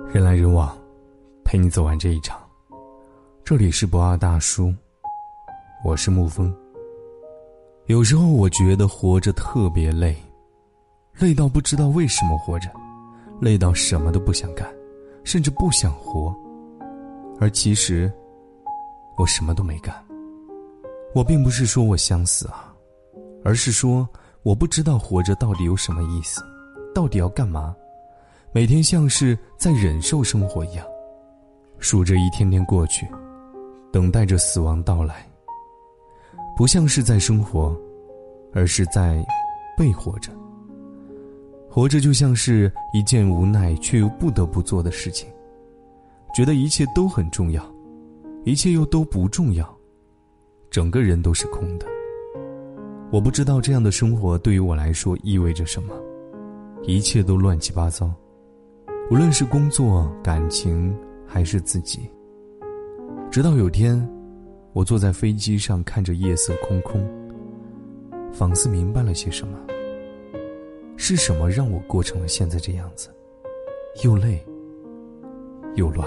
人来人往，陪你走完这一场。这里是不二大叔，我是沐风。有时候我觉得活着特别累，累到不知道为什么活着，累到什么都不想干，甚至不想活。而其实我什么都没干。我并不是说我想死啊，而是说我不知道活着到底有什么意思，到底要干嘛。每天像是在忍受生活一样，数着一天天过去，等待着死亡到来。不像是在生活，而是在被活着。活着就像是一件无奈却又不得不做的事情，觉得一切都很重要，一切又都不重要，整个人都是空的。我不知道这样的生活对于我来说意味着什么，一切都乱七八糟，无论是工作、感情还是自己。直到有天，我坐在飞机上看着夜色空空，仿似明白了些什么。是什么让我过成了现在这样子，又累又乱。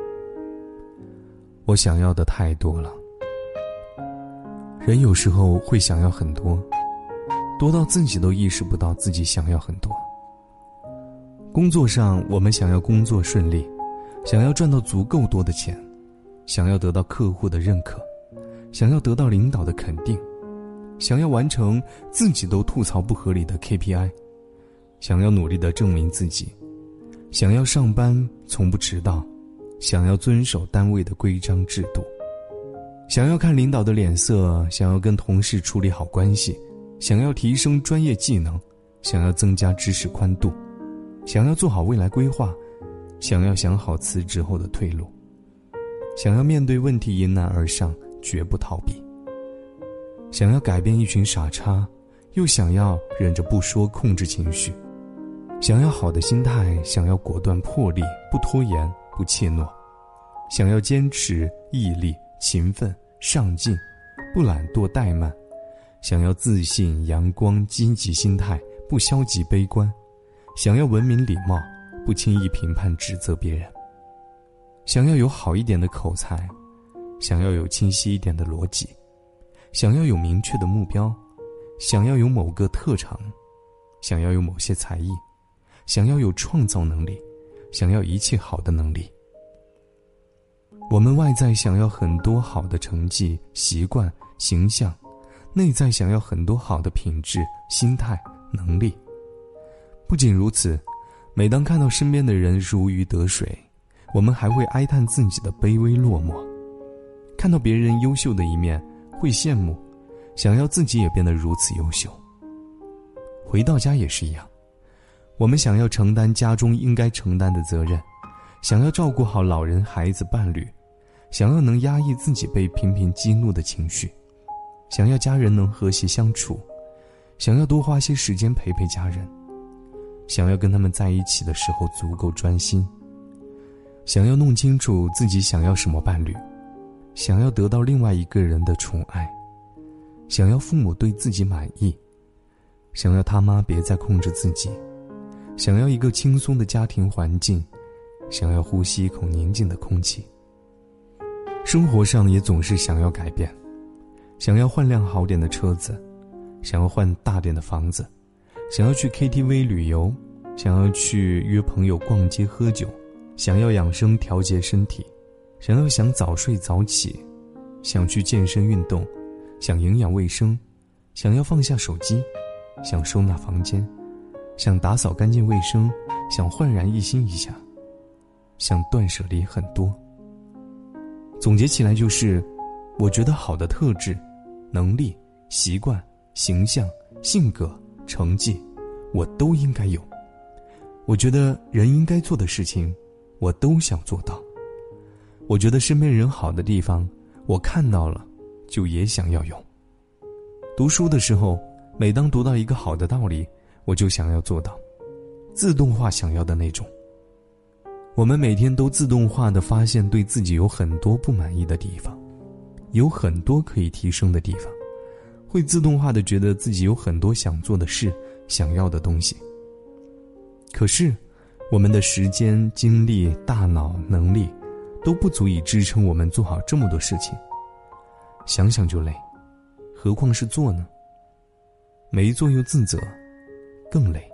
我想要的太多了。人有时候会想要很多，多到自己都意识不到自己想要很多。工作上，我们想要工作顺利，想要赚到足够多的钱，想要得到客户的认可，想要得到领导的肯定，想要完成自己都吐槽不合理的 KPI， 想要努力地证明自己，想要上班从不迟到，想要遵守单位的规章制度，想要看领导的脸色，想要跟同事处理好关系，想要提升专业技能，想要增加知识宽度，想要做好未来规划，想要想好辞职后的退路，想要面对问题迎难而上，绝不逃避，想要改变一群傻叉，又想要忍着不说控制情绪，想要好的心态，想要果断魄力，不拖延不怯懦，想要坚持毅力勤奋上进，不懒惰怠慢，想要自信阳光积极心态，不消极悲观，想要文明礼貌，不轻易评判指责别人，想要有好一点的口才，想要有清晰一点的逻辑，想要有明确的目标，想要有某个特长，想要有某些才艺，想要有创造能力，想要一切好的能力。我们外在想要很多好的成绩、习惯、形象，内在想要很多好的品质、心态、能力。不仅如此，每当看到身边的人如鱼得水，我们还会哀叹自己的卑微落寞。看到别人优秀的一面，会羡慕，想要自己也变得如此优秀。回到家也是一样，我们想要承担家中应该承担的责任，想要照顾好老人、孩子、伴侣，想要能压抑自己被频频激怒的情绪，想要家人能和谐相处，想要多花些时间陪陪家人，想要跟他们在一起的时候足够专心，想要弄清楚自己想要什么伴侣，想要得到另外一个人的宠爱，想要父母对自己满意，想要他妈别再控制自己，想要一个轻松的家庭环境，想要呼吸一口宁静的空气。生活上也总是想要改变，想要换辆好点的车子，想要换大点的房子，想要去 KTV 旅游，想要去约朋友逛街喝酒，想要养生调节身体，想早睡早起，想去健身运动，想营养卫生，想要放下手机，想收纳房间，想打扫干净卫生，想焕然一新一下，想断舍离很多。总结起来就是，我觉得好的特质、能力、习惯、形象、性格、成绩，我都应该有。我觉得人应该做的事情，我都想做到。我觉得身边人好的地方，我看到了，就也想要有。读书的时候，每当读到一个好的道理，我就想要做到，自动化想要的那种。我们每天都自动化地发现对自己有很多不满意的地方，有很多可以提升的地方，会自动化地觉得自己有很多想做的事，想要的东西。可是我们的时间、精力、大脑、能力都不足以支撑我们做好这么多事情，想想就累，何况是做呢？没做又自责，更累。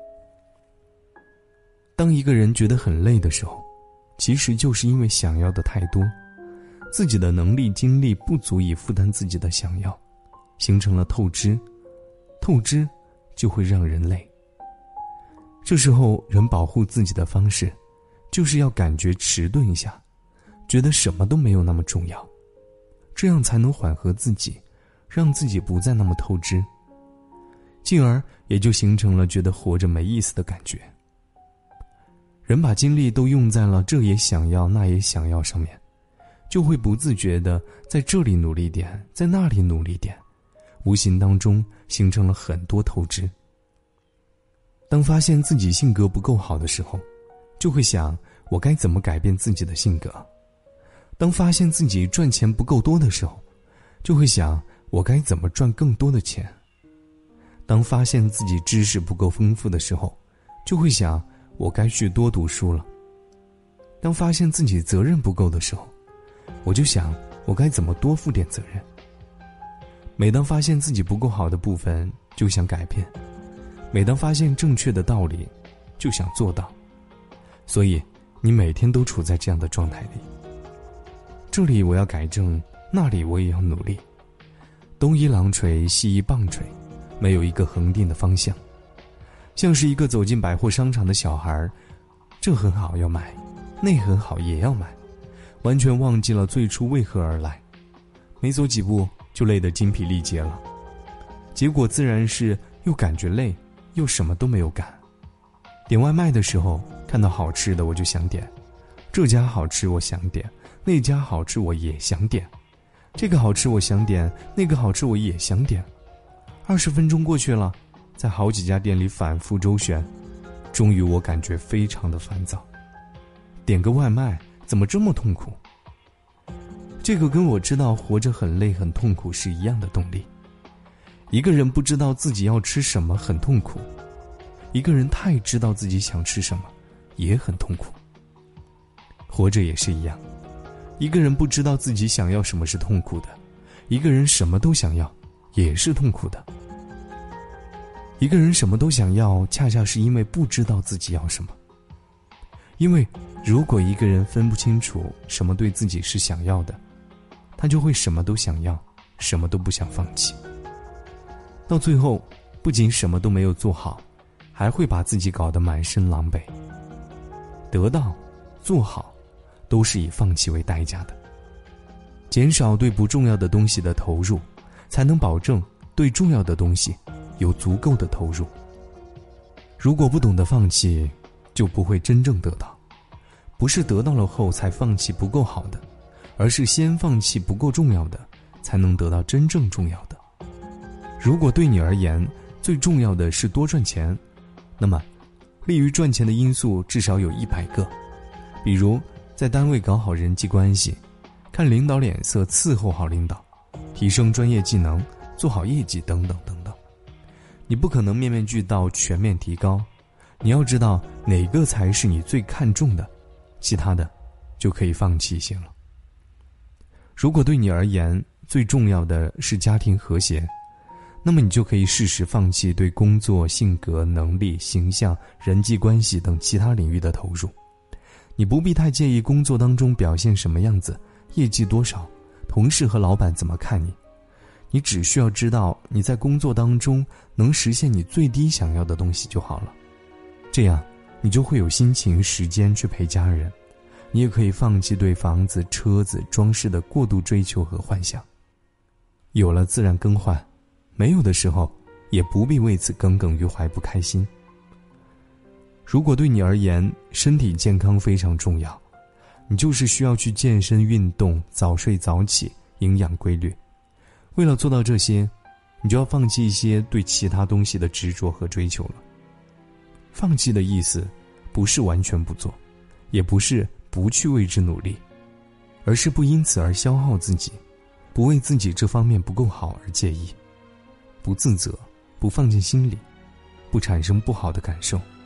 当一个人觉得很累的时候，其实就是因为想要的太多，自己的能力、精力不足以负担自己的想要，形成了透支，透支就会让人累。这时候人保护自己的方式，就是要感觉迟钝一下，觉得什么都没有那么重要，这样才能缓和自己，让自己不再那么透支，进而也就形成了觉得活着没意思的感觉。人把精力都用在了这也想要那也想要上面，就会不自觉地在这里努力点，在那里努力点，无形当中形成了很多透支。当发现自己性格不够好的时候，就会想我该怎么改变自己的性格。当发现自己赚钱不够多的时候，就会想我该怎么赚更多的钱。当发现自己知识不够丰富的时候，就会想我该去多读书了。当发现自己责任不够的时候，我就想我该怎么多负点责任。每当发现自己不够好的部分，就想改变。每当发现正确的道理，就想做到。所以你每天都处在这样的状态里，这里我要改正，那里我也要努力，东一榔锤西一棒槌，没有一个恒定的方向。像是一个走进百货商场的小孩，这很好要买，那很好也要买，完全忘记了最初为何而来，没走几步就累得精疲力竭了，结果自然是又感觉累，又什么都没有干。点外卖的时候，看到好吃的我就想点，这家好吃我想点，那家好吃我也想点，这个好吃我想点，那个好吃我也想点。20分钟过去了，在好几家店里反复周旋，终于我感觉非常的烦躁。点个外卖怎么这么痛苦？这个跟我知道活着很累很痛苦是一样的动力。一个人不知道自己要吃什么很痛苦，一个人太知道自己想吃什么也很痛苦。活着也是一样，一个人不知道自己想要什么是痛苦的，一个人什么都想要也是痛苦的。一个人什么都想要，恰恰是因为不知道自己要什么。因为如果一个人分不清楚什么对自己是想要的，他就会什么都想要，什么都不想放弃。到最后，不仅什么都没有做好，还会把自己搞得满身狼狈。得到、做好，都是以放弃为代价的。减少对不重要的东西的投入，才能保证对重要的东西有足够的投入。如果不懂得放弃，就不会真正得到。不是得到了后才放弃不够好的，而是先放弃不够重要的，才能得到真正重要的。如果对你而言，最重要的是多赚钱，那么利于赚钱的因素至少有100个。比如在单位搞好人际关系，看领导脸色伺候好领导，提升专业技能，做好业绩等等等等。你不可能面面俱到全面提高，你要知道哪个才是你最看重的，其他的就可以放弃些了。如果对你而言最重要的是家庭和谐，那么你就可以适时放弃对工作、性格、能力、形象、人际关系等其他领域的投入。你不必太介意工作当中表现什么样子，业绩多少，同事和老板怎么看你。你只需要知道你在工作当中能实现你最低想要的东西就好了。这样你就会有心情、时间去陪家人，你也可以放弃对房子、车子、装饰的过度追求和幻想。有了自然更换，没有的时候也不必为此耿耿于怀不开心。如果对你而言身体健康非常重要，你就是需要去健身运动，早睡早起，营养规律。为了做到这些，你就要放弃一些对其他东西的执着和追求了。放弃的意思不是完全不做，也不是不去为之努力，而是不因此而消耗自己，不为自己这方面不够好而介意，不自责，不放进心里，不产生不好的感受，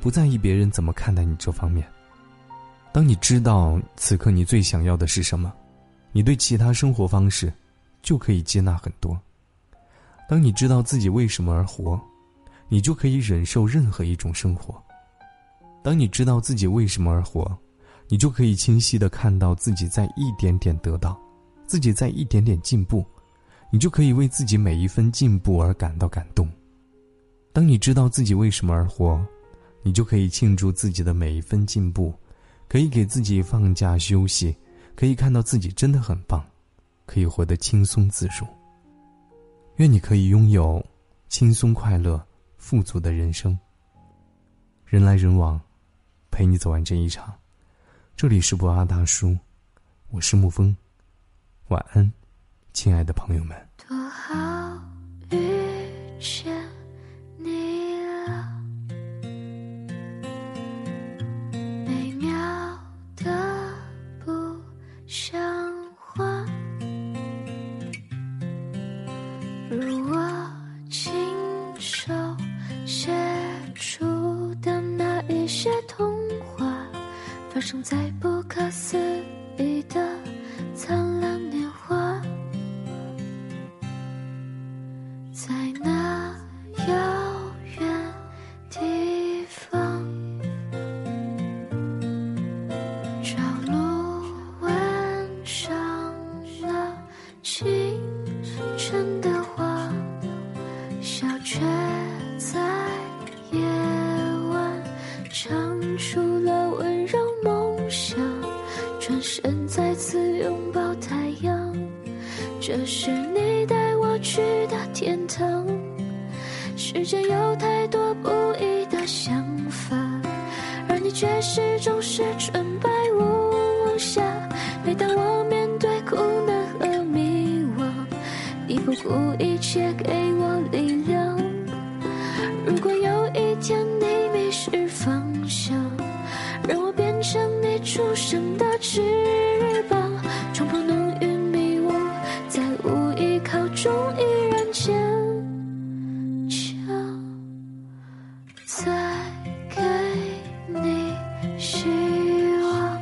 不在意别人怎么看待你这方面。当你知道此刻你最想要的是什么，你对其他生活方式就可以接纳很多。当你知道自己为什么而活，你就可以忍受任何一种生活。当你知道自己为什么而活，你就可以清晰地看到自己在一点点得到，自己在一点点进步，你就可以为自己每一分进步而感到感动。当你知道自己为什么而活，你就可以庆祝自己的每一分进步，可以给自己放假休息，可以看到自己真的很棒，可以活得轻松自如。愿你可以拥有轻松快乐富足的人生。人来人往，陪你走完这一场。这里是不二大叔，我是沐风，晚安，亲爱的朋友们。 多好遇见你了，美妙的不像话，如我亲手写出的那一些童话，发生在不可思议的灿烂年华，在那遥远地方，朝露吻上了清晨的花，小雀在夜晚唱出了温柔梦想，转身再次拥抱太阳，这是你带我去的天堂。世界有太多不易的想法，而你却始终是纯白无瑕。每当我面对苦难和迷惘，你不顾一切给我力量。如果有一天你迷失方向，让我变成你出生的翅膀，冲破浓云迷雾，在无依靠中依然坚强，再给你希望。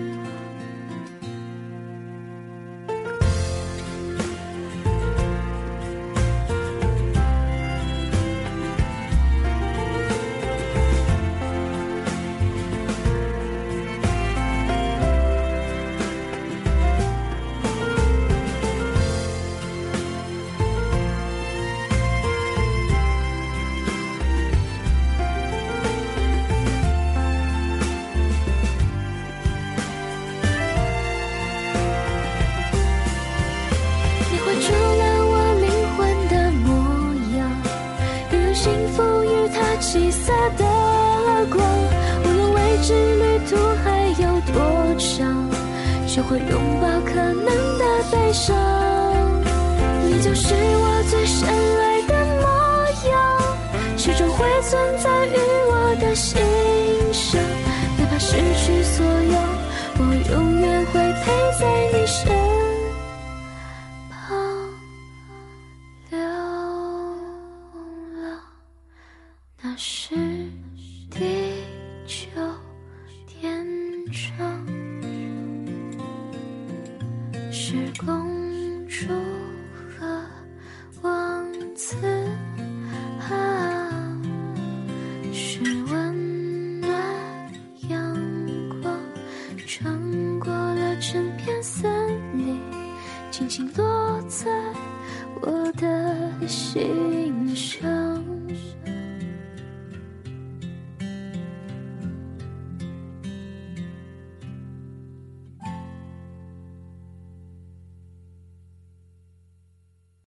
七色的光，无论未知旅途还有多长，学会拥抱可能的悲伤。你就是我最深爱的模样，始终会存在于我的心上。哪怕失去所有，我永远会陪在你身旁。流浪，那是地久天长，是公主和王子啊，是温暖阳光穿过了整片森林，轻轻落在我的心上。